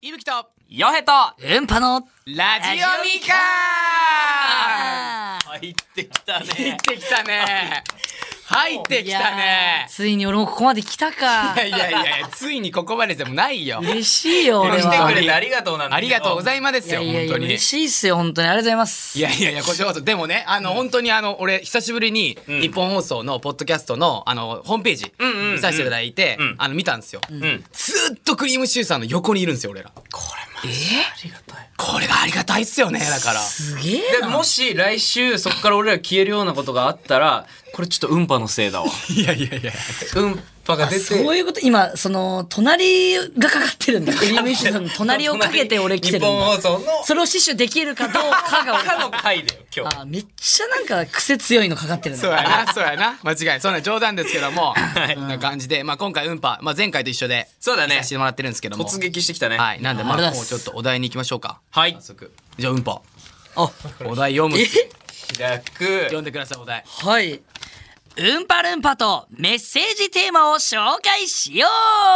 いぶきとよへとうんぱのラジオミカ入ってきた入っね。 てきたね入ってきたねついに俺もここまで来たか。 いやついにここまででもないよ。 嬉しいよ俺来てくは。 れてありがとうなんだよ。 ありがとうございますよいやいやいや本当に。 嬉しいっすよ本当にありがとうございます。 いやこちらこそ。でもね本当に俺久しぶりに日本放送のポッドキャストのホームページ見させていただいて見たんですよ。ずっとクリームシチューさんの横にいるんですよ俺ら。 これマジありがたい。 これがありがたいっすよね。だからすげえでな。 もし来週そこから俺ら消えるようなことがあったら、これちょっとウンパのせいだわ。 いやウンパが出て。 そういうこと今その隣がかかってるんだ。クリームシチューさんの隣をかけて俺来てるん日本放だ。 送のそれを死守できるかどうかが赤の回だよ今日。 めっちゃなんか癖強いのかかってるんだ。 そうやな間違いない。そうね冗談ですけどもこんな感じで今回前回と一緒でそうだねさせてもらってるんですけども突撃してきたね。 はいなんでありがとうございますもうちょっとお題に行きましょうか。 はい。 早速じゃああお題読む開く。 読んでくださいお題。 はい。うんぱるんぱとメッセージテーマを紹介しよ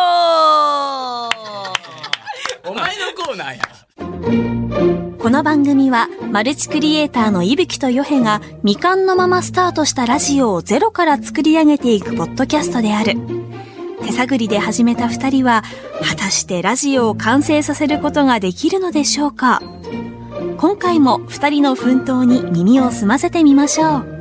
う。 お前のコーナーや。 この番組はマルチクリエイターの伊吹とヨヘが未完のままスタートしたラジオをゼロから作り上げていくポッドキャストである。手探りで始めた二人は果たしてラジオを完成させることができるのでしょうか。今回も二人の奮闘に耳を澄ませてみましょう。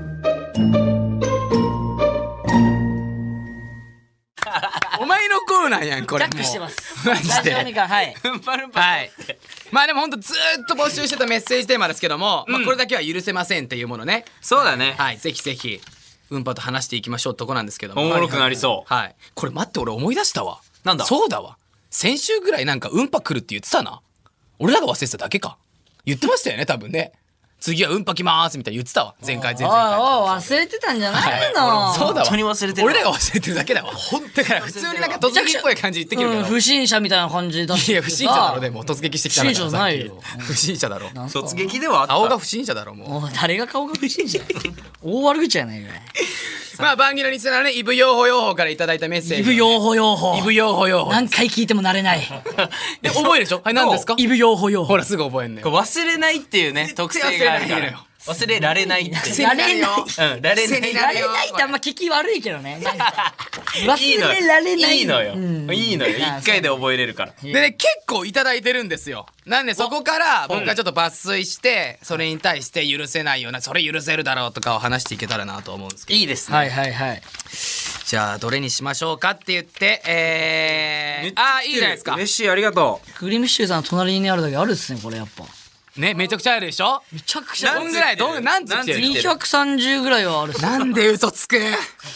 お前のコーナーやんこれ。 ジャックしてます。 マジでラジオミカはい。 ウンパルンパ。 はい。まあでも本当ずーっと募集してたメッセージテーマですけども、これだけは許せませんっていうものね。 そうだね。 はいぜひうんぱと話していきましょうってとこなんですけども。 おもろくなりそう。 はい。これ待って俺思い出したわ。 なんだそうだわ。先週ぐらいなんかうんぱ来るって言ってたな。俺らが忘れてただけか。言ってましたよね多分ね。次はうんぱ来まーすみたいに言ってたわ。前回前々回。 おい忘れてたんじゃないの。 そうだわ。 本当に忘れてる俺らが忘れてるだけだわ。だから普通になんか突撃っぽい感じ言ってくるけど。 不審者みたいな感じだったけどさ。 いや不審者だろでも突撃してきたんだから不審者じゃないよさっき不審者だろ。 なんすか突撃ではあった。 顔が不審者だろもう。 もう誰が顔が不審者大悪口やないかい。 まあ番組のリスナーのねイブ用法からいただいたメッセージ。 イブ用法用法。 イブ用法。 何回聞いても慣れない。 で覚えるでしょ。はい何ですか。 イブ用法用法。 ほらすぐ覚えんねこれ忘れないっていうね特性があるから忘れないのよ。 忘れられないって。 癖になるようん、られない。 癖になるよ慣れないってあんま聞き悪いけどね。なんか忘いいのよ。 れられない。 いいのよ。 うんいいのよ。一回で覚えれるから。 でね結構いただいてるんですよ。なんでそこから僕がちょっと抜粋してそれに対して許せないようなそれ許せるだろうとかを話していけたらなと思うんですけど。 いいですね。 はいはいはい。 じゃあどれにしましょうかって言っていいじゃないですか嬉しい、ありがとクリームシチューさんの隣にあるだけあるっすねこれやっぱ。 ねめちゃくちゃあるでしょ。 めちゃくちゃどんぐらい何つってる。 230ぐらいはあるっす。 なんで嘘つく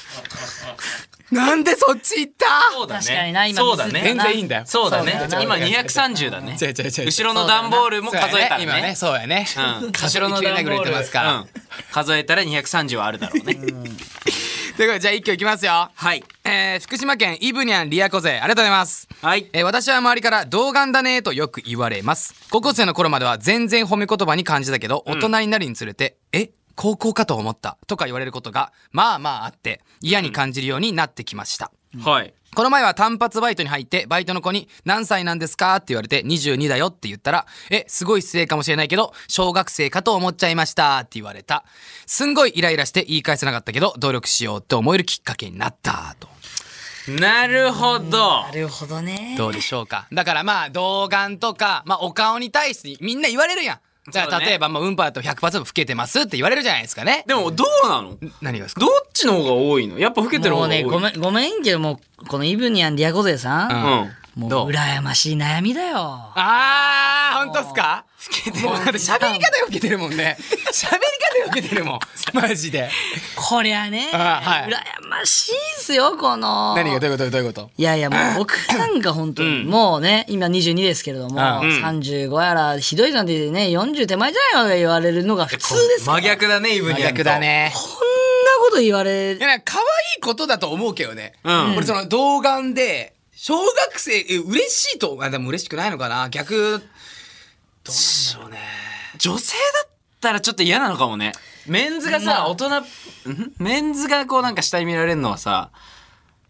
なんでそっち行ったそうだね。 確かにな今そうだね。 全然いいんだよ。 そうだねそうだ。な今230だね。 違う後ろの段ボールも数えたら今ねね。 そうやねうん。 後ろの段ボール言ってますから、 数えたら230はあるだろうね。 ということでじゃあ一挙いきますよ。 はい。 福島県イブニャンリアコ勢ありがとうございます。 はい。 私は周りから童顔だねとよく言われます。高校生の頃までは全然褒め言葉に感じたけど、大人になるにつれて高校かと思ったとか言われることがまああって嫌に感じるようになってきました。 はい。 この前は単発バイトに入ってバイトの子に何歳なんですかって言われて22だよって言ったらすごい失礼かもしれないけど小学生かと思っちゃいましたって言われた。すんごいイライラして言い返せなかったけど努力しようって思えるきっかけになったと。 なるほど。 なるほどね。 どうでしょうか。だからまあ童顔とか、お顔に対してみんな言われるやん。じゃあそうだね例えばうんぱだと100%老けてますって言われるじゃないですかね。 でもどうなの？ 何がですか。 どっちの方が多いの？やっぱ老けてる方もうねが多い。 ごめんけどもうこのイブニャンリアコ勢さん、 うん。 もどうう羨ましい悩みだよ。 本当っすか。もうだって喋り方よけてるもんね。喋り方よけてるもん。マジで。 こりゃね、 はい羨ましいっすよこの。 何がどういうこといやいやもう僕なんか本当にもうね今22ですけれども、35やらひどいなんてね40手前じゃないのが言われるのが普通ですから。 真逆だね、イブニャンと。 真逆だね。 こんなこと言われいやなんか可愛いことだと思うけどね。 うん俺その童顔で小学生嬉しいとでも嬉しくないのかな逆。どうなんだろうね。 女性だったらちょっと嫌なのかもね。メンズがさ、大人、メンズがこうなんか下に見られるのはさ、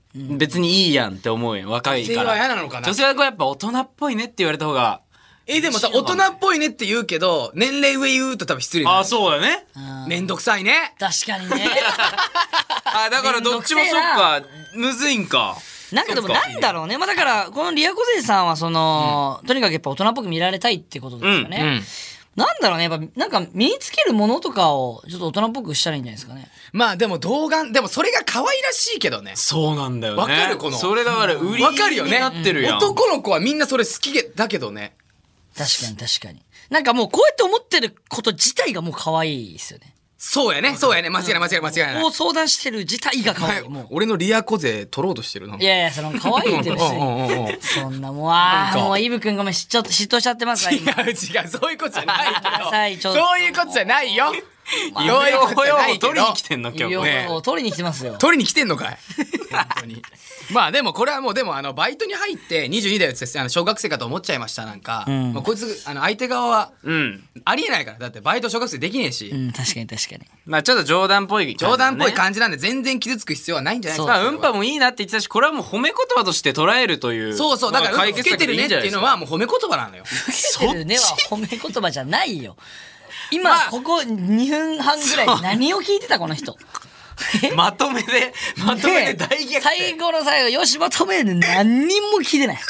別にいいやんって思うやん、若いから。 女性は嫌なのかな。 女性はこうやっぱ大人っぽいねって言われた方が。 でもさ、大人っぽいねって言うけど、年齢上言うと多分失礼だ。 そうだね。 めんどくさいね。 確かにね。 だからどっちもそっか、むずいんか。 なんかでもなんだろうね。まあだから、このリアコゼさんはとにかくやっぱ大人っぽく見られたいってことですよね。なんだろうね。やっぱなんか身につけるものとかをちょっと大人っぽくしたらいいんじゃないですかね。 まあでもでもそれが可愛らしいけどね。 そうなんだよね。 わかるこの。 それだから売りになってるやん。 男の子はみんなそれ好きだけどね。 確かに確かに。なんかもうこうやって思ってること自体がもう可愛いですよね。 そうやね。間違いない。 こう相談してる自体が可愛い。もう。 俺のリアコ勢取ろうとしてるな。 いや、その可愛いって別に。そんなもう、もうイブくんごめん、嫉妬しちゃってますわ。 違う、そういうことじゃないけど。 そういうことじゃないよ。 医療保養を取りに来てんの今日。 医療保養を取りに来てますよ。 取りに来てんのかい。本当に。まあでもこれはもうバイトに入って22だよって小学生かと思っちゃいましたなんか。まあこいつ相手側はありえないから。だってバイト小学生できねえし。 確かに。 まあちょっと冗談っぽい感じなんで全然傷つく必要はないんじゃないですか。 まあうんぱもいいなって言ってたし、これはもう褒め言葉として捉えるという。 そうだから老けてるねっていうのはもう褒め言葉なのよ。 老けてるねは褒め言葉じゃないよ。今ここ2分半ぐらい何を聞いてたこの人。 まとめで大逆転。 最後の最後、よしまとめで何人も聞いてない。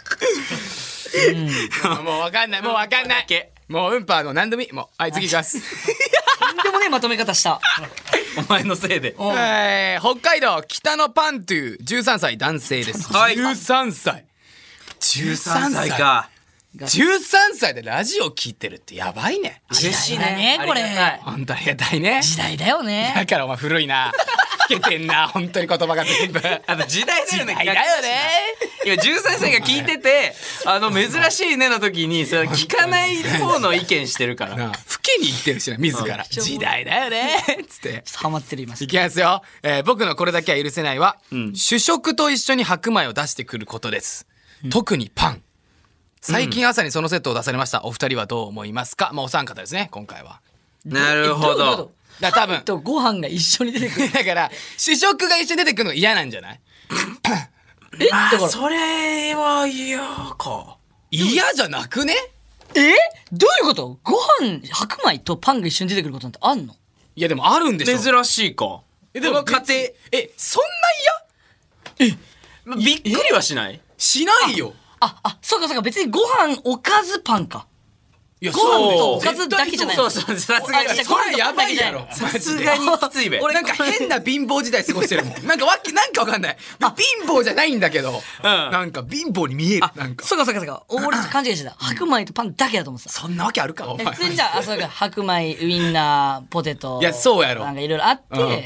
もうわかんない。もううんぱ何でもいい。もうはい次いきます。 とんでもねまとめ方した。 お前のせいで。 北海道北のパントゥ13歳男性です。13歳か。13歳でラジオ聞いてるってやばいね。 嬉しいねこれ。 本当ありがたいね。 時代だよね。 だからお前古いな。老けてんな本当に言葉が全部。 あと時代だよね。 時代だよね。 いや13歳が聞いてて珍しいねの時に聞かない方の意見してるから。 老けに言ってるしな自ら。時代だよねつって。 ハマってる今。 いきますよ。僕のこれだけは許せないは主食と一緒に白米を出してくることです。特にパン。最近朝にそのセットを出されました。お二人はどう思いますか。まあお三方ですね今回は。 なるほど。 だ多分とご飯が一緒に出てくる。 だから主食が一緒に出てくるのが嫌なんじゃない？ だからそれは嫌か。 嫌じゃなくね？ どういうこと？ご飯白米とパンが一緒に出てくることなんてあんの？ いやでもあるんでしょ。 珍しいか。 でも家庭そんな嫌？びっくりはしない？ しないよ。 そうか別にご飯おかずパンか。 いやご飯とおかずだけじゃない。 そうさすがにそれやばいやろ。 さすがにきついべ。 俺なんか変な貧乏時代過ごしてるもん。なんかわかんない。貧乏じゃないんだけど、なんか貧乏に見える。なんかそうか俺勘違いしてた。白米とパンだけだと思ってた。 そんなわけあるかお前。 普通にじゃあそうか白米ウインナーポテト。 いやそうやろ。 なんかいろいろあって。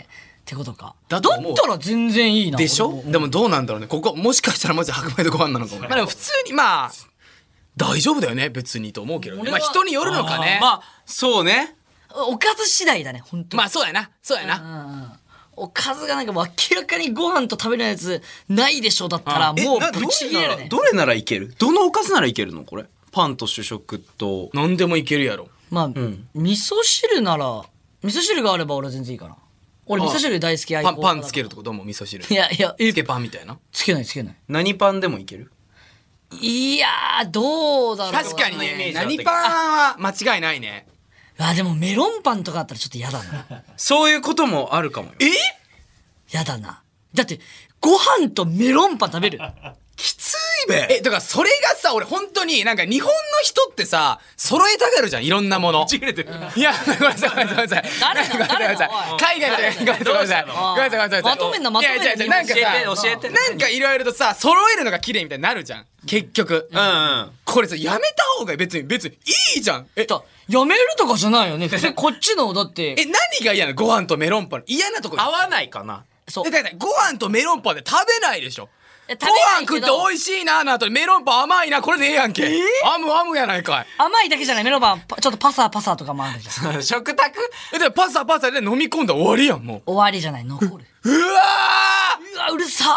ってことか。だだったら全然いいな。 でしょ？でもどうなんだろうね。ここもしかしたらマジで白米とご飯なのかも。まあでも普通に大丈夫だよね別にと思うけどね。まあ人によるのかね。 まあそうね。 おかず次第だね本当に。 まあそうやな。 おかずがなんか明らかにご飯と食べるやつないでしょだったらもうぶち切れるね。 どれならいける？どのおかずならいけるのこれ？パンと主食と。 何でもいけるやろ。 まあ味噌汁があれば俺は全然いいかな。俺味噌汁大好き。 パンつけるとこどうも味噌汁。 いやつけパンみたいな。 つけない。 何パンでもいける？ いやどうだろう。 確かにね。何パンは間違いないね。 でもメロンパンとかあったらちょっと嫌だな。 そういうこともあるかもよ。 嫌だな。だってご飯とメロンパン食べる。 きついべ。だからそれがさ俺本当になんか日本の人ってさ揃えたがるじゃんいろんなもの。 ちぎれてる。 いやごめんなさい。 誰の海外でごめんなさい。 まとめんな。なんか教えて。 なんかいろいろとさ揃えるのが綺麗みたいになるじゃん結局。これさやめた方が別にいいじゃん。 やめるとかじゃないよね。こっちのだって何が嫌なの？ご飯とメロンパン嫌なとこ合わないかな。 そうだからご飯とメロンパンで食べないでしょ。ご食べない飯食って美味しいな後にメロンパン甘いなこれでええやんけ。アムやないかい。 甘いだけじゃない。メロンパンちょっとパサとかもあるじゃん。 食卓？ でパサで飲み込んだら終わりやんもう。 終わりじゃない残る。 うわうるさ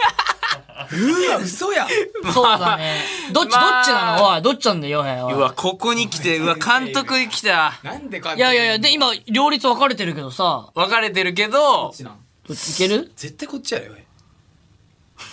嘘や。 そうだね。どっちなの？おいどっちなんだよ。 うわここに来て監督に来た。 なんでか。 いやで今両立分かれてるけどさ。 分かれてるけどいける？ 絶対こっちやろよ。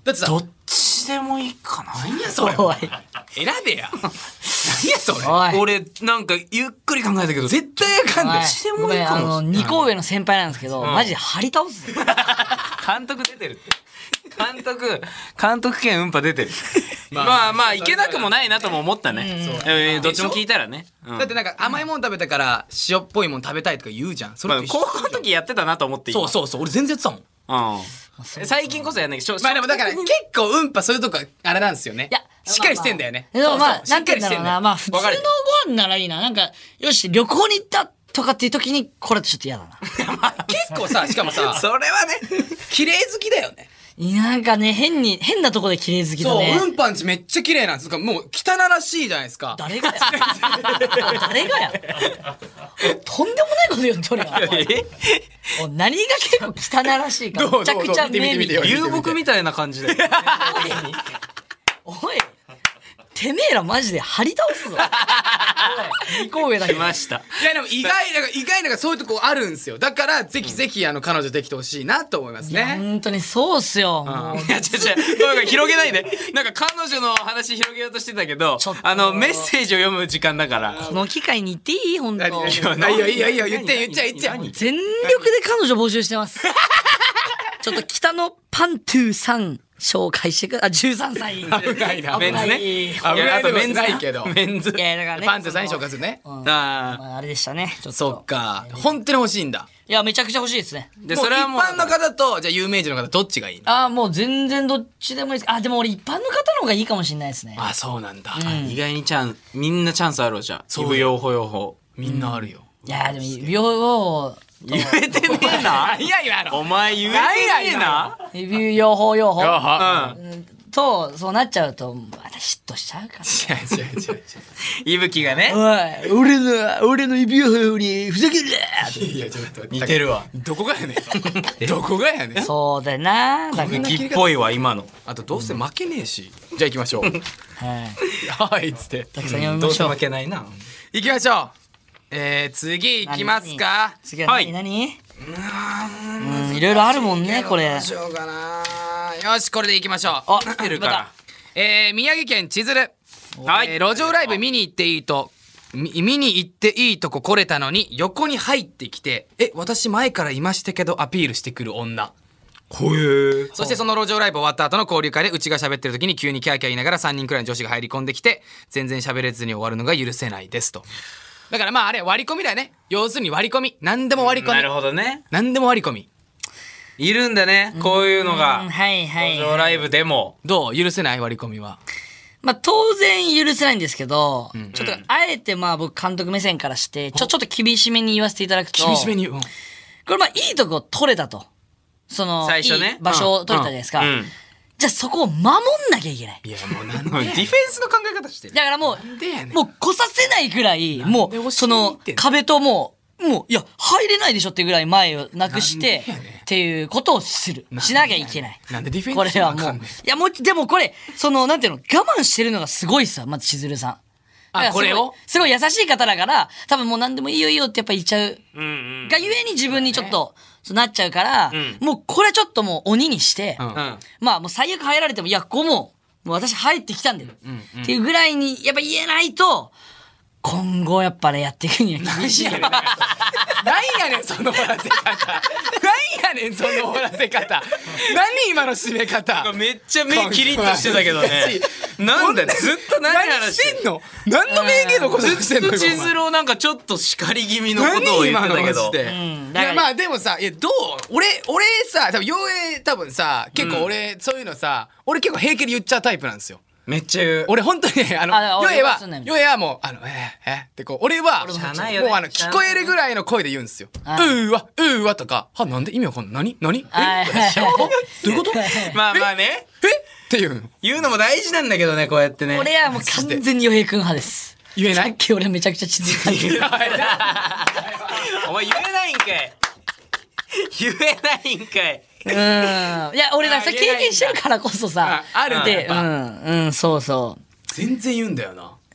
だってさ、 どっちでもいいかな。 何やそれ。 おい選べや。何やそれ。 おい俺なんかゆっくり考えたけど絶対あかんで。 してもいいかもしれない 2個上の先輩なんですけど、マジで張り倒すぜ。 監督出てるって。監督兼うんぱ出てる。まあいけなくもないなとも思ったね。どっちも聞いたらね。 だってなんか甘いもん食べたから塩っぽいもん食べたいとか言うじゃん。それと一緒高校の時やってたなと思ってそう俺全然やってたもん。 最近こそやんないけど。 まあでもだから結構そういうとこあれなんですよね。 いやしっかりしてんだよね。 でもまあ、 しっかりしてんだよ。 まあ普通のご飯ならいいな。なんか、よし、旅行に行ったとかっていう時に、これちょっと嫌だな。 結構さ、しかもさ、 それはね、 綺麗好きだよね。 なんかね、変なとこで綺麗好きだね。 そう、うんぱんちめっちゃ綺麗なんです。もう汚らしいじゃないですか。 誰がや誰がやとんでもないこと言っておるやん。おい何が結構汚らしいか。めちゃくちゃ目に。 流木みたいな感じで。 おい、てめえらマジで張り倒すぞ。おい、2個上だけ来ました。 いやでも意外なんかそういうとこあるんですよ。だからぜひ彼女できてほしいなと思いますね。 本当にそうっすよ。もういや違うなんか広げないで。なんか彼女の話広げようとしてたけど、メッセージを読む時間だから。 この機会に言っていい本当。 いいよ言っちゃえ。 全力で彼女募集してます。ちょっと北のパントゥーさん紹介してください。13歳。 危ないな。 メンズね。 危ないでもないけど。 メンズ。 いやだからね。 パンツさんに紹介するね。 まああれでしたね。ちょっとそっか。本当に欲しいんだ。 いやめちゃくちゃ欲しいですね。 でもう一それはもう般の方とじゃあ有名人の方どっちがいいの？ ああもう全然どっちでもいいです。あでも俺一般の方の方がいいかもしれないですね。 あ、そうなんだ。 意外にみんなチャンスあるわじゃあ。そう用法。 みんなあるよ。 いやでも指輪言えてねえな。 いや今の。 お前言えてねえな。 指用法うん。 とそうなっちゃうとまた嫉妬しちゃうから。 違う。 いぶきがね。 おい俺の指輪法にふざけるな。 いやちょっと似てるわ。 どこがやねん。どこがやねん。 そうだよな。だからいぶきっぽいわ今の。 あとどうせ負けねえし。じゃあ行きましょう。 はいはいっつって。 たくさん読みどうせましょう。 負けないな。 行きましょう。次行きますか。 次は何？いろいろあるもんねこれ。 どうしようかな。よしこれで行きましょう。 あ来てるから。 宮城県千鶴。 はい路上ライブ見に行っていいと。見に行っていいとこ来れたのに横に入ってきて私前からいましたけどアピールしてくる女。そしてその路上ライブ終わった後の交流会でうちが喋ってる時に急にキャーキャー言いながら3人くらいの女子が入り込んできて全然喋れずに終わるのが許せないですと。だからまああれ割り込みだよね。要するに割り込み。何でも割り込み。 なるほどね。 何でも割り込み。 いるんだねこういうのが。 はいはい路上ライブでも。 どう許せない割り込みは。 まあ当然許せないんですけど、ちょっとあえてまあ僕監督目線からしてちょっと厳しめに言わせていただくと、 厳しめに言う。 これまあいいとこ取れたと、その最初ねいい場所を取れたじゃないですか。 うんじゃあそこを守んなきゃいけない。 いやもうなんディフェンスの考え方してる。 だからもでやねんう来させないぐらいもで押しうそのに行ってんの壁ともういや入れないでしょっていうぐらい前をなくしてなんでやねんっていうことをするしなきゃいけない。 なんでディフェンスこれはもうしなあかんねんいやもうでもこれそのなんていうの我慢してるのがすごいさまずしずるさん。だからこれをすごい優しい方だから多分もう何でもいいよいいよってやっぱ言っちゃうがゆえに自分にちょっとそうなっちゃうからもうこれちょっともう鬼にしてまあもう最悪入られてもいやここもう私入ってきたんだよっていうぐらいにやっぱ言えないと今後やっぱねやっていくには厳しいよ。 なんやねんその終わらせ方。なんやねんその終わらせ方。何今の締め方。 めっちゃ目キリッとしてたけどね。なんだよずっと何話してんの。 何の名言のことしてんの。 千鶴をなんかちょっと叱り気味のことを言ってたけど。 いやまあでもさどう俺さ多分陽平多分さ結構俺そういうのさ俺結構平気で言っちゃうタイプなんですよ。 めっちゃ言う。 俺本当にねヨ俺エはすんなよヨエはもうってこう俺はもうしゃあないよね聞こえるぐらいの声で言うんですよ。うーわとかはなんで意味わかんない何はいどういうことまあまあね。 っていうの言うのも大事なんだけどねこうやってね。 俺はもう完全に洋平くん派です。 言えないさっき俺めちゃくちゃ地図さんにお前言えないんかい。言えないんかい。 いや俺らさ経験してるからこそさあるんだでやっぱそうそう全然言うんだよな。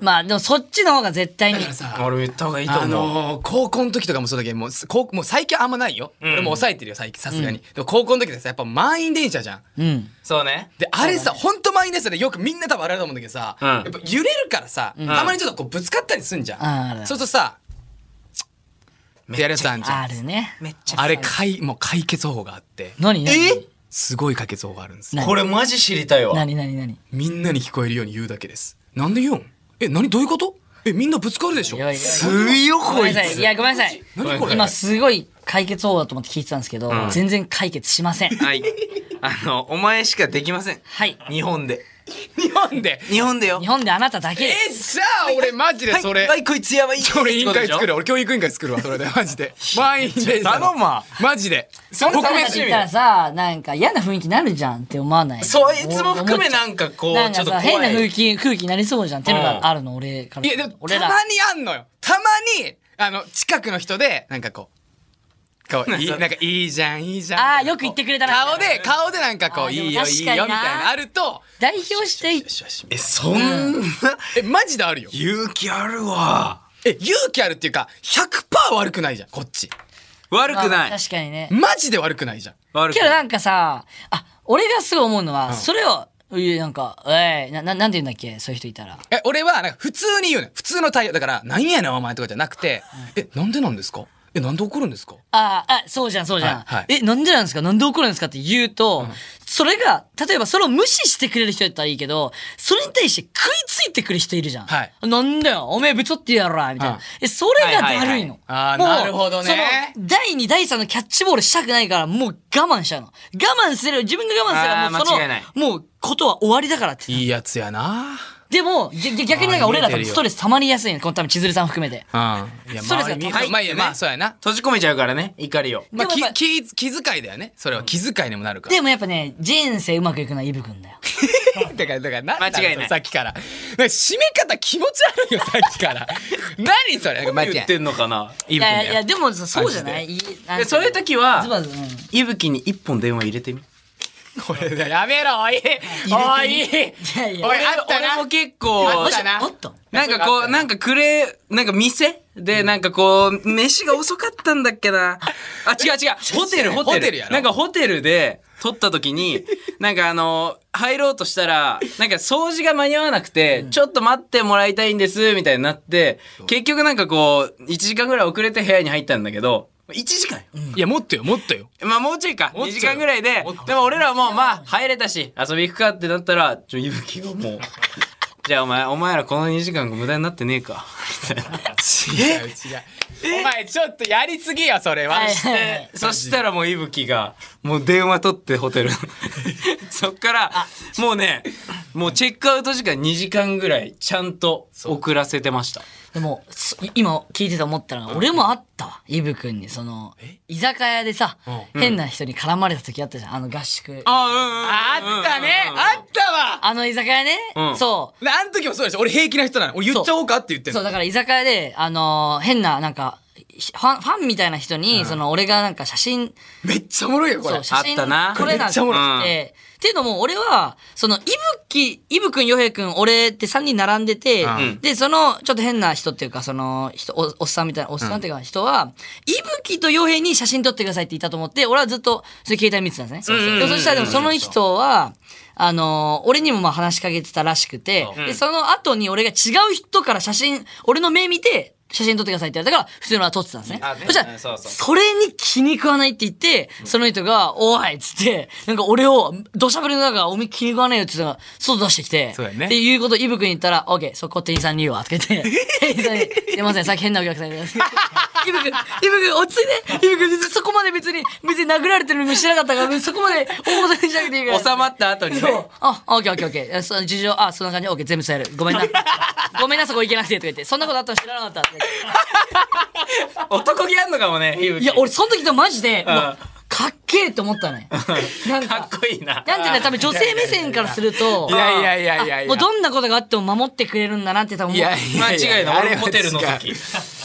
まあでもそっちの方が絶対にだからさ俺も言った方がいいと思う。 高校の時とかもそうだけどもう最近あんまないよ、俺も抑えてるよ最近さすがに、でも高校の時ってさやっぱ満員電車じゃん。 そうね。 であれさほんと満員電車でよくみんな多分あれだと思うんだけどさ、やっぱ揺れるからさ、たまにちょっとこうぶつかったりすんじゃん、そうするとさってやるやつあんじゃん。 あるね。 めっちゃ。 あれもう解決方法があって、 何すごい解決法があるんですよ。 これマジ知りたいわ。 何みんなに聞こえるように言うだけです。なんで言うん？何どういうこと？みんなぶつかるでしょ。 強こいつ。 いやごめんなさい。 何これ？ 今すごい解決法だと思って聞いてたんですけど、全然解決しません。 はい。お前しかできません。 はい。 日本で。 日本でよ。 日本であなただけです。 じゃあ俺マジでそれ、 はいこいつやばい。 俺委員会作る。俺教育委員会作るわそれでマジで。満員電車。 頼むわ。 マジで。 それ含めて言ったらさ、なんか嫌な雰囲気になるじゃんって思わない？ そいつも含めなんかこうなんちょっと怖い。 かさ変な空気になりそうじゃんっていうのがあるの俺から。 いやでもたまにあんのよ。たまに近くの人でなんかこうなんかいいじゃんいいじゃん。 ああよく言ってくれたな。 顔でなんかこういいよいいよみたいなあると代表してそんなマジであるよ。 勇気あるわ。 勇気あるっていうか 100% 悪くないじゃんこっち。 悪くない。 確かにね。 マジで悪くないじゃん。 悪くない。 けどなんかさ、俺がすごい思うのは、それをなんかなんて言うんだっけそういう人いたら。 俺はなんか普通に言うね。普通の対応だからなんやねんお前とかじゃなくて、なんでなんですか？なんで怒るんですか？ そうじゃん。 はいなんでなんですか？なんで怒るんですかって言うと、それが、例えばそれを無視してくれる人だったらいいけど、それに対して食いついてくる人いるじゃん。 はい。 なんだよ、おめえぶちょってやろみたいな。それがだるいの。 なるほどね。 その、第2、第3のキャッチボールしたくないから、もう我慢しちゃうの。自分が我慢すればもうその、もうことは終わりだからって。 いいやつやな。 でも、逆になんか俺ら多分ストレス溜まりやすいの。この多分千鶴さん含めて。 いやストレスがまあそうやな。 閉じ込めちゃうからね怒りを。 まあ気遣いだよね。それは気遣いにもなるから。 でもやっぱね、人生うまくいくのはイブくんだよ。 だから間違いないさっきから。締め方気持ち悪いよさっきから。何それ？ 何言ってんのかな。 いやでもそうじゃない？ そういう時はズバズバいぶきに一本電話入れてみ。 これやめろおいおい俺も結構なんかこうなんかなんか店でなんかこう飯が遅かったんだっけな。違うホテルやろ。なんかホテルで撮った時になんか入ろうとしたらなんか掃除が間に合わなくてちょっと待ってもらいたいんですみたいになって結局なんかこう1時間ぐらい遅れて部屋に入ったんだけど1時間よ。 いやもっとよ。 まあもうちょいか2時間ぐらいででも俺らはもうまあ入れたし遊び行くかってなったらいぶきがもうじゃあお前らこの2時間無駄になってねえかみたいな。 違うお前ちょっとやりすぎよそれは。 そしたらもういぶきがもう電話取ってホテルそっからもうねもうチェックアウト時間2時間ぐらいちゃんと遅らせてました。 でも今聞いてて思ったのが俺もあったわイブくんにその居酒屋でさ変な人に絡まれた時あったじゃん合宿。 あったねあったわ居酒屋ね。そうあの時もそうでしょ。俺平気な人なの。俺言っちゃおうかって言ってんの。 そうだから居酒屋で変ななんかファンみたいな人にその俺がなんか写真めっちゃおもろいよこれ。 写真撮れなくめっちゃおもろてっていうのも俺はそのイブくんヨヘくん俺って3人並んでてでそのちょっと変な人っていうかそのおっさんみたいなおっさんっていうか人はイブキとヨヘに写真撮ってくださいって言ったと思って俺はずっとそういう携帯見てたんですね。そしたらでもその人は俺にもまあ話しかけてたらしくてでその後に俺が違う人から俺の目見て写真撮ってくださいって言われたから普通のは撮ってたんですね。そしたらそれに気に食わないって言ってその人がおいっつってなんか俺を土砂降りの中お前気に食わないよって言ったら外出してきてっていうことイブ君に言ったらオッケーそこ店員さんに言うわとか言って店員さんにすいませんさっき変なお客さんいますイブ君落ち着いてイブ君そこまで別に殴られてるのも知らなかったからそこまで大事にしなくていいから収まった後にねオッケーその事情そんな感じオッケー全部伝えるごめんなそこ行けなくてとか言ってそんなことあったの知らなかったって男気あんのかもね。 いや俺その時とマジで、かっけえって思ったね。なんかっこいいな。 なんていうの多分女性目線からするといやもうどんなことがあっても守ってくれるんだなって多分間違いない。俺ホテルの時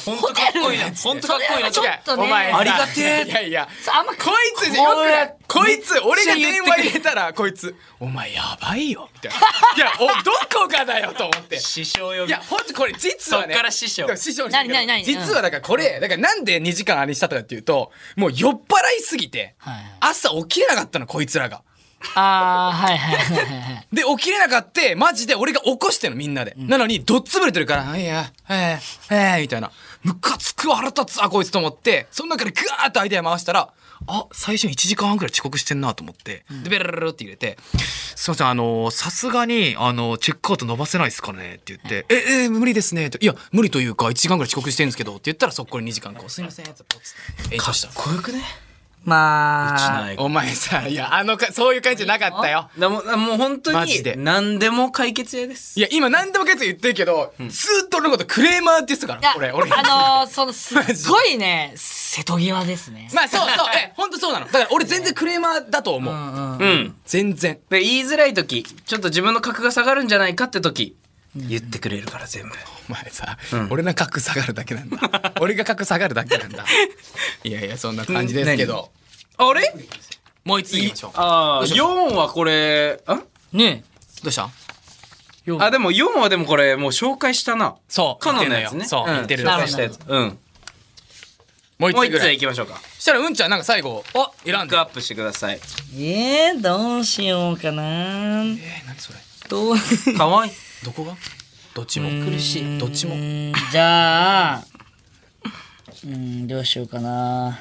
ほんとかっこいいな。ほんとかっこいいな。 ちょっとねお前さありがてえ。 いやいやあんまこいつよくないこいつ俺が電話入れたらこいつお前やばいよみたいないやどこがだよと思って師匠呼び。 いやほんとこれ実はねそっから師匠でも師匠にしたけど何実はだからこれだからなんで2時間あれにしたとかっていうともう酔っ払いすぎてはい朝起きれなかったのこいつらが。 あーはいはいはいはいで起きれなかったマジで俺が起こしてんのみんなで、なのにどっつぶれてるから「いやみたいなムカつくわ腹立つわこいつと思ってその中でグワーッとアイデア回したら最初に1時間半くらい遅刻してんなと思ってでベラララって入れて「すいませんさすがにチェックアウト伸ばせないですかね」って言って「無理ですね」って「いや無理というか1時間くらい遅刻してるんですけど」って言ったらそこから2時間こう「すいません」ってポツって炎上した。 かっこよくね。 まあお前さいやそういう感じじゃなかったよ。 もう本当にマジで何でも解決屋です。 いや今何でもかつ言ってるけど、ずーっと俺のことクレーマーって言ってたから俺そのすっごいね瀬戸際ですね。 まあそう本当そうなのだから俺全然クレーマーだと思う、 うん。 全然で言いづらい時、ちょっと自分の格が下がるんじゃないかって時、言ってくれるから全部。 お前さ、俺の格下がるだけなんだ俺が格下がるだけなんだいやいやそんな感じですけど、 あれ？ もう一ついきましょう。 ああ、4はこれ、 ねどうしたあ、でも4はでもこれもう紹介したな。 そうカノンのやつね。 そう言ってる紹介したやつ。うん。 もう一もう1つつぐらい行きましょうか。 そしたらうんちゃんなんか最後選んでピックアップしてください。 どうしようかな。 何それどうかわいい。 どこがどっちも苦しいどっちもじゃあどうしようかな。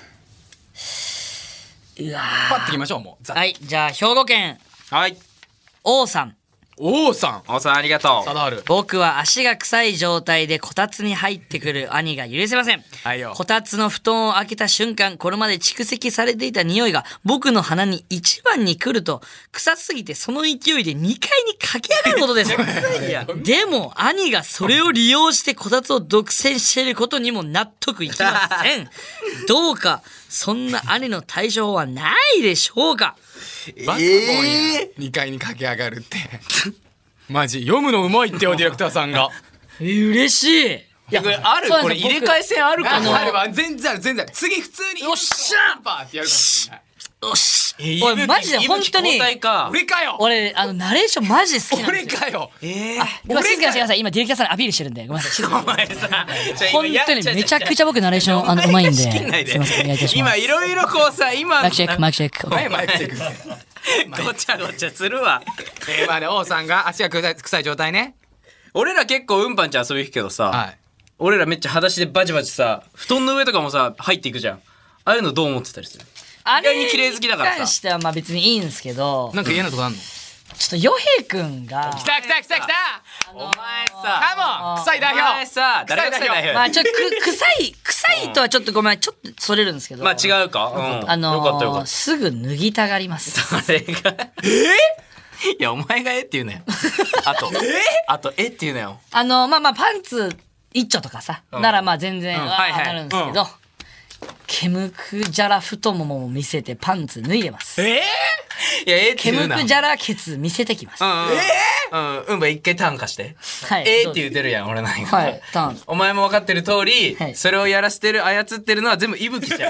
うわパッてきましょうもうはいじゃあ兵庫県はい。 王さん。 王さんおさんありがとう。 貞治僕は足が臭い状態でこたつに入ってくる兄が許せません。 はいよこたつの布団を開けた瞬間、これまで蓄積されていた匂いが僕の鼻に一番に来ると、臭すぎてその勢いで2階に駆け上がることです。でも兄がそれを利用してこたつを独占していることにも納得いきません。どうかそんな兄の対処法はないでしょうか。 バカボンや2階に駆け上がるってマジ読むのうまいってよディレクターさんが嬉しい。いやこれあるこれ入れ替え戦あるかな。 あるわ全然ある全然ある次普通によっしゃパーってやるかもしれないよし。おいマジで本当に交代か。 俺かよ俺ナレーションマジで好きなんですよ。 俺かよ今静かにしてください。今ディレクターさんにアピールしてるんでごめんなさい。静かにお前さ、 本当にめちゃくちゃ僕ナレーションうまいんで。すいませんお願いいたします。 今いろいろこうさ、今マイクチェックマイクチェック。 前マイクチェックごちゃごちゃするわ。 まあね王さんが足が臭い状態ね俺ら結構うんぱんちゃん遊び行くけどさ、 はい俺らめっちゃ裸足でバチバチさ、布団の上とかもさ入っていくじゃん。ああいうのどう思ってたりする？ あれ意外に綺麗好きだからさに関してはまあ別にいいんですけど、 なんか嫌なとこあんのちょっとヨヘイくんが来たお前さ、 カモン臭い代お前表さ、誰が臭い代表？ まあちょっと臭いとはちょっとごめんちょっとそれるんですけど、 まあ違うか。うん。よかったよかっすぐ脱ぎたがります。 た。あれが。いやお前がって言うなよ。あとって言うなよ。 まあパンツ一丁とかさ、ならまあ全然はいはいなるんですけど、ケムクジャラ太ももを見せてパンツ脱いでます。 いやってケ言うな。 ムクジャラケツ見せてきます。 うんば一回ターン貸して。 はいって言ってるやん俺なんか。 はいターン。 お前も分かってる通り、 はいそれをやらせてる操ってるのは全部いぶきちゃん。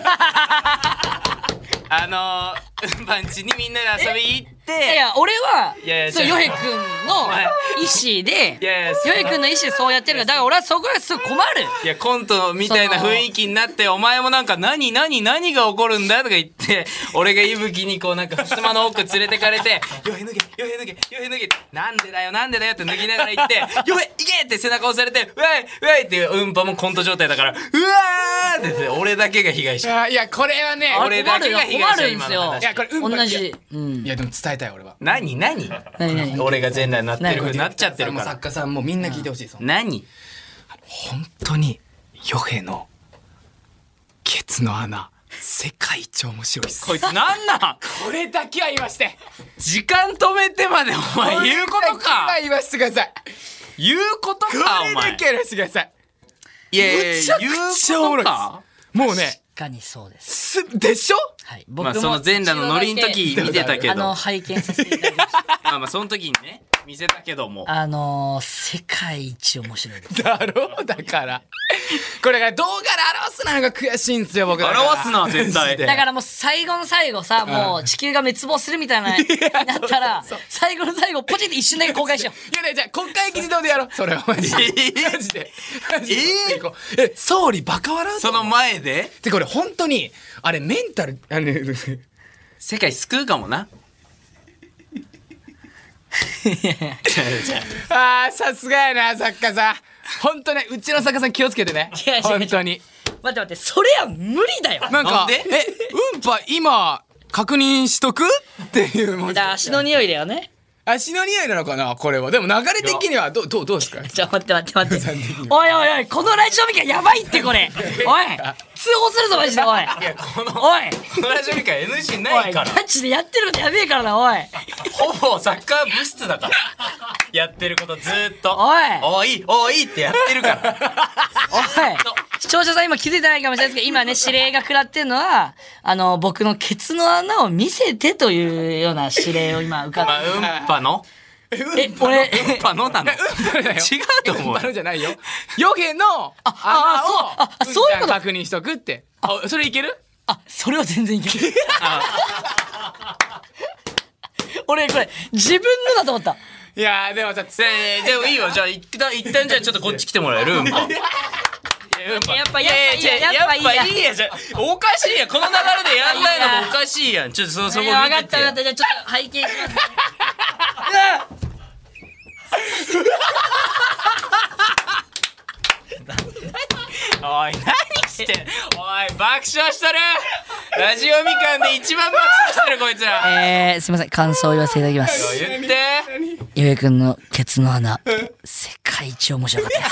うんぱんちにみんなで遊び行っいやいて、 や俺はいやいやそうヨヘくんの前意思でいやいやヨヘくんの意思でそうやってるからだから俺はそこがすごい困る。 いやコントみたいな雰囲気になってお前もなんか何が起こるんだとか言って俺がいぶきにこうなんか襖の奥連れてかれて「ヨヘ脱げなんでだよ」って脱ぎながら言って「ヨヘ行け!」って背中押されて「うわいうわい!」ってうんぱもコント状態だから「うわー!」って言って俺だけが被害者。 いやこれはね俺だけが被害者困るんですよいやこれ同じ。 いやでも伝えたい俺は何何俺が全裸になってる風になっちゃってるもうから作家さんもみんな聞いてほしいそんな何本当にヨヘのケツの穴世界一面白いっすこいつなんなんこれだけは言わして時間止めてまでお前言うことこれだけはか言わしてください言うことこかお前れだけは言わしてくださいいやいやいやむちゃくちゃおもろい言うことかですもうね確かにそうです。 でしょはい。 まあその全裸のノリの時見てたけど拝見させていただきました。 まあその時にね見せたけども世界一面白いです。 だろうだからこれが動画で表すのが悔しいんですよ僕。 表すな絶対。 だからもう最後の最後さ、もう地球が滅亡するみたいななったら、最後の最後ポチって一瞬だけ公開しよう。 いやじゃあ国会議事堂でやろうそれはマジで。マジで。総理バカ笑う。 その前で。 でこれ本当にあれメンタル世界救うかもな。 あーさすがやな作家さん。本当ねうちの作家さん気をつけてね。 いや本当に。 待ってそれは無理だよ。 なんかなんでうんぱ今確認しとくっていうもん。 足の匂いだよね。 足の匂いなのかなこれは。でも流れ的にはどうですか。 じゃあ待っておいこのラジオミカやばいってこれ。おい通報するぞマジで。おいこのラジオミカ NG ないから。 ガチでやってることやべえからな。おいほぼサッカー部室だからやってることずーっとおいおいってやってるからおい視聴者さん今気づいてないかもしれないですけど、今ね指令が食らってるのは僕のケツの穴を見せてというような指令を今浮かべて、 うんぱの俺うんぱのなの違うと思う。 うんぱのじゃないよ。ヨゲの穴をそういうこと確認しとくって。それいける？ それは全然いける。俺これ自分のだと思った。 いやでもさでもいいよ。じゃあ一旦じゃあちょっとこっち来てもらえる？うんぱ。 やっぱいいやじゃおかしいやん。この流れでやんないのもおかしいやん。ちょっとそこ見てて。 分かったじゃあちょっと拝見しますね。 おい何してん。おい爆笑しとる。ラジオみかんで一番爆笑してるこいつら。 すみません感想を言わせていただきます。 言って。 ゆえくんのケツの穴世界一面白かったです。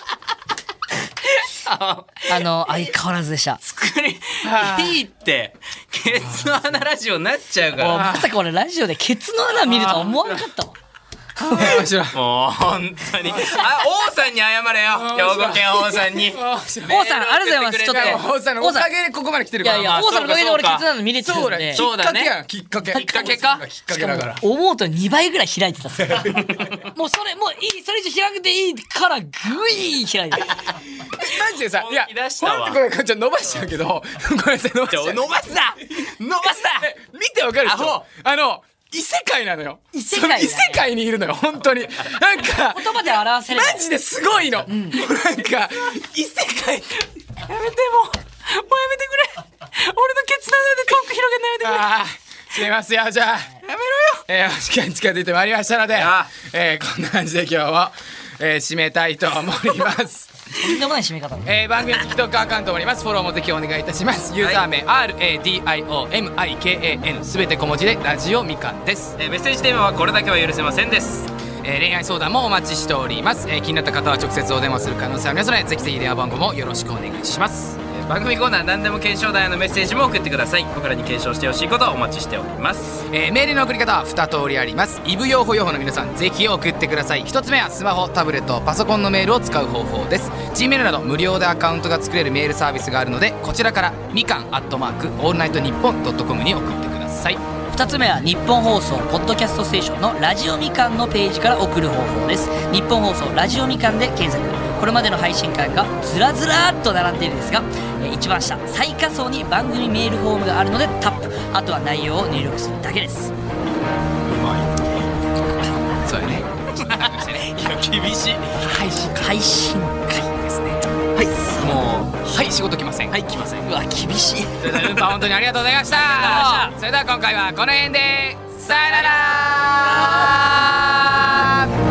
相変わらずでした。 いいってケツの穴ラジオになっちゃうから。 まさか俺ラジオでケツの穴見るとは思わなかったわ。 もう本当に王さんに謝れよ。兵庫県王さんに。 王さんありがとうございます。ちょっと王さんのおかげでここまで来てるから。 いや王さんのおかげで俺ケツの穴見れてるんで。 そうだね。 きっかけか。 きっかけだから。 思うと2倍ぐらい開いてたっす。もうそれいいそれ以上開くていいからグイー開いて。 マジでさいやほんとこれちょっと伸ばしちゃうけどごめんなさい伸ばしちゃう。 伸ばすな見てわかるでしょ。異世界なのよ。 異世界にいるのよ本当に。なんか言葉で表せる。 マジですごいの。なんか異世界。 やめてもうやめてくれ。俺のケツの穴でトーク広げんのやめてくれ。 違いますよ。じゃあやめろよ。お時間近づいてまいりましたのでこんな感じで今日は締めたいと思います。 とんでもない締め方。 番組 TikTok アカウントもあります。フォローもぜひお願いいたします。ユーザー名 RADIOMIKAN すべて小文字でラジオみかんです。 メッセージテーマはこれだけは許せませんです。 恋愛相談もお待ちしております。気になった方は直接お電話する可能性ありますのでぜひぜひ電話番号もよろしくお願いします。 番組コーナー何でも検証団へのメッセージも送ってください。僕らに検証してほしいことをお待ちしております。 メールの送り方は2通りあります。イブ用法用法の皆さんぜひ送ってください。1つ目はスマホタブレットパソコンのメールを使う方法です。 Gmail など無料でアカウントが作れるメールサービスがあるのでこちらからみかん@オールナイトニッポン.com に送ってください。 2つ目は日本放送ポッドキャストステーションのラジオみかんのページから送る方法です。日本放送ラジオみかんで検索。これまでの配信会がずらずらっと並んでいるんですが一番下最下層に番組メールフォームがあるのでタップ。あとは内容を入力するだけです。 そうやね。 いや厳しい。 配信会ですね。 はいもうはい仕事来ません。 はい来ません。 うわ厳しい。 本当にありがとうございました。それでは今回はこの辺でさよなら。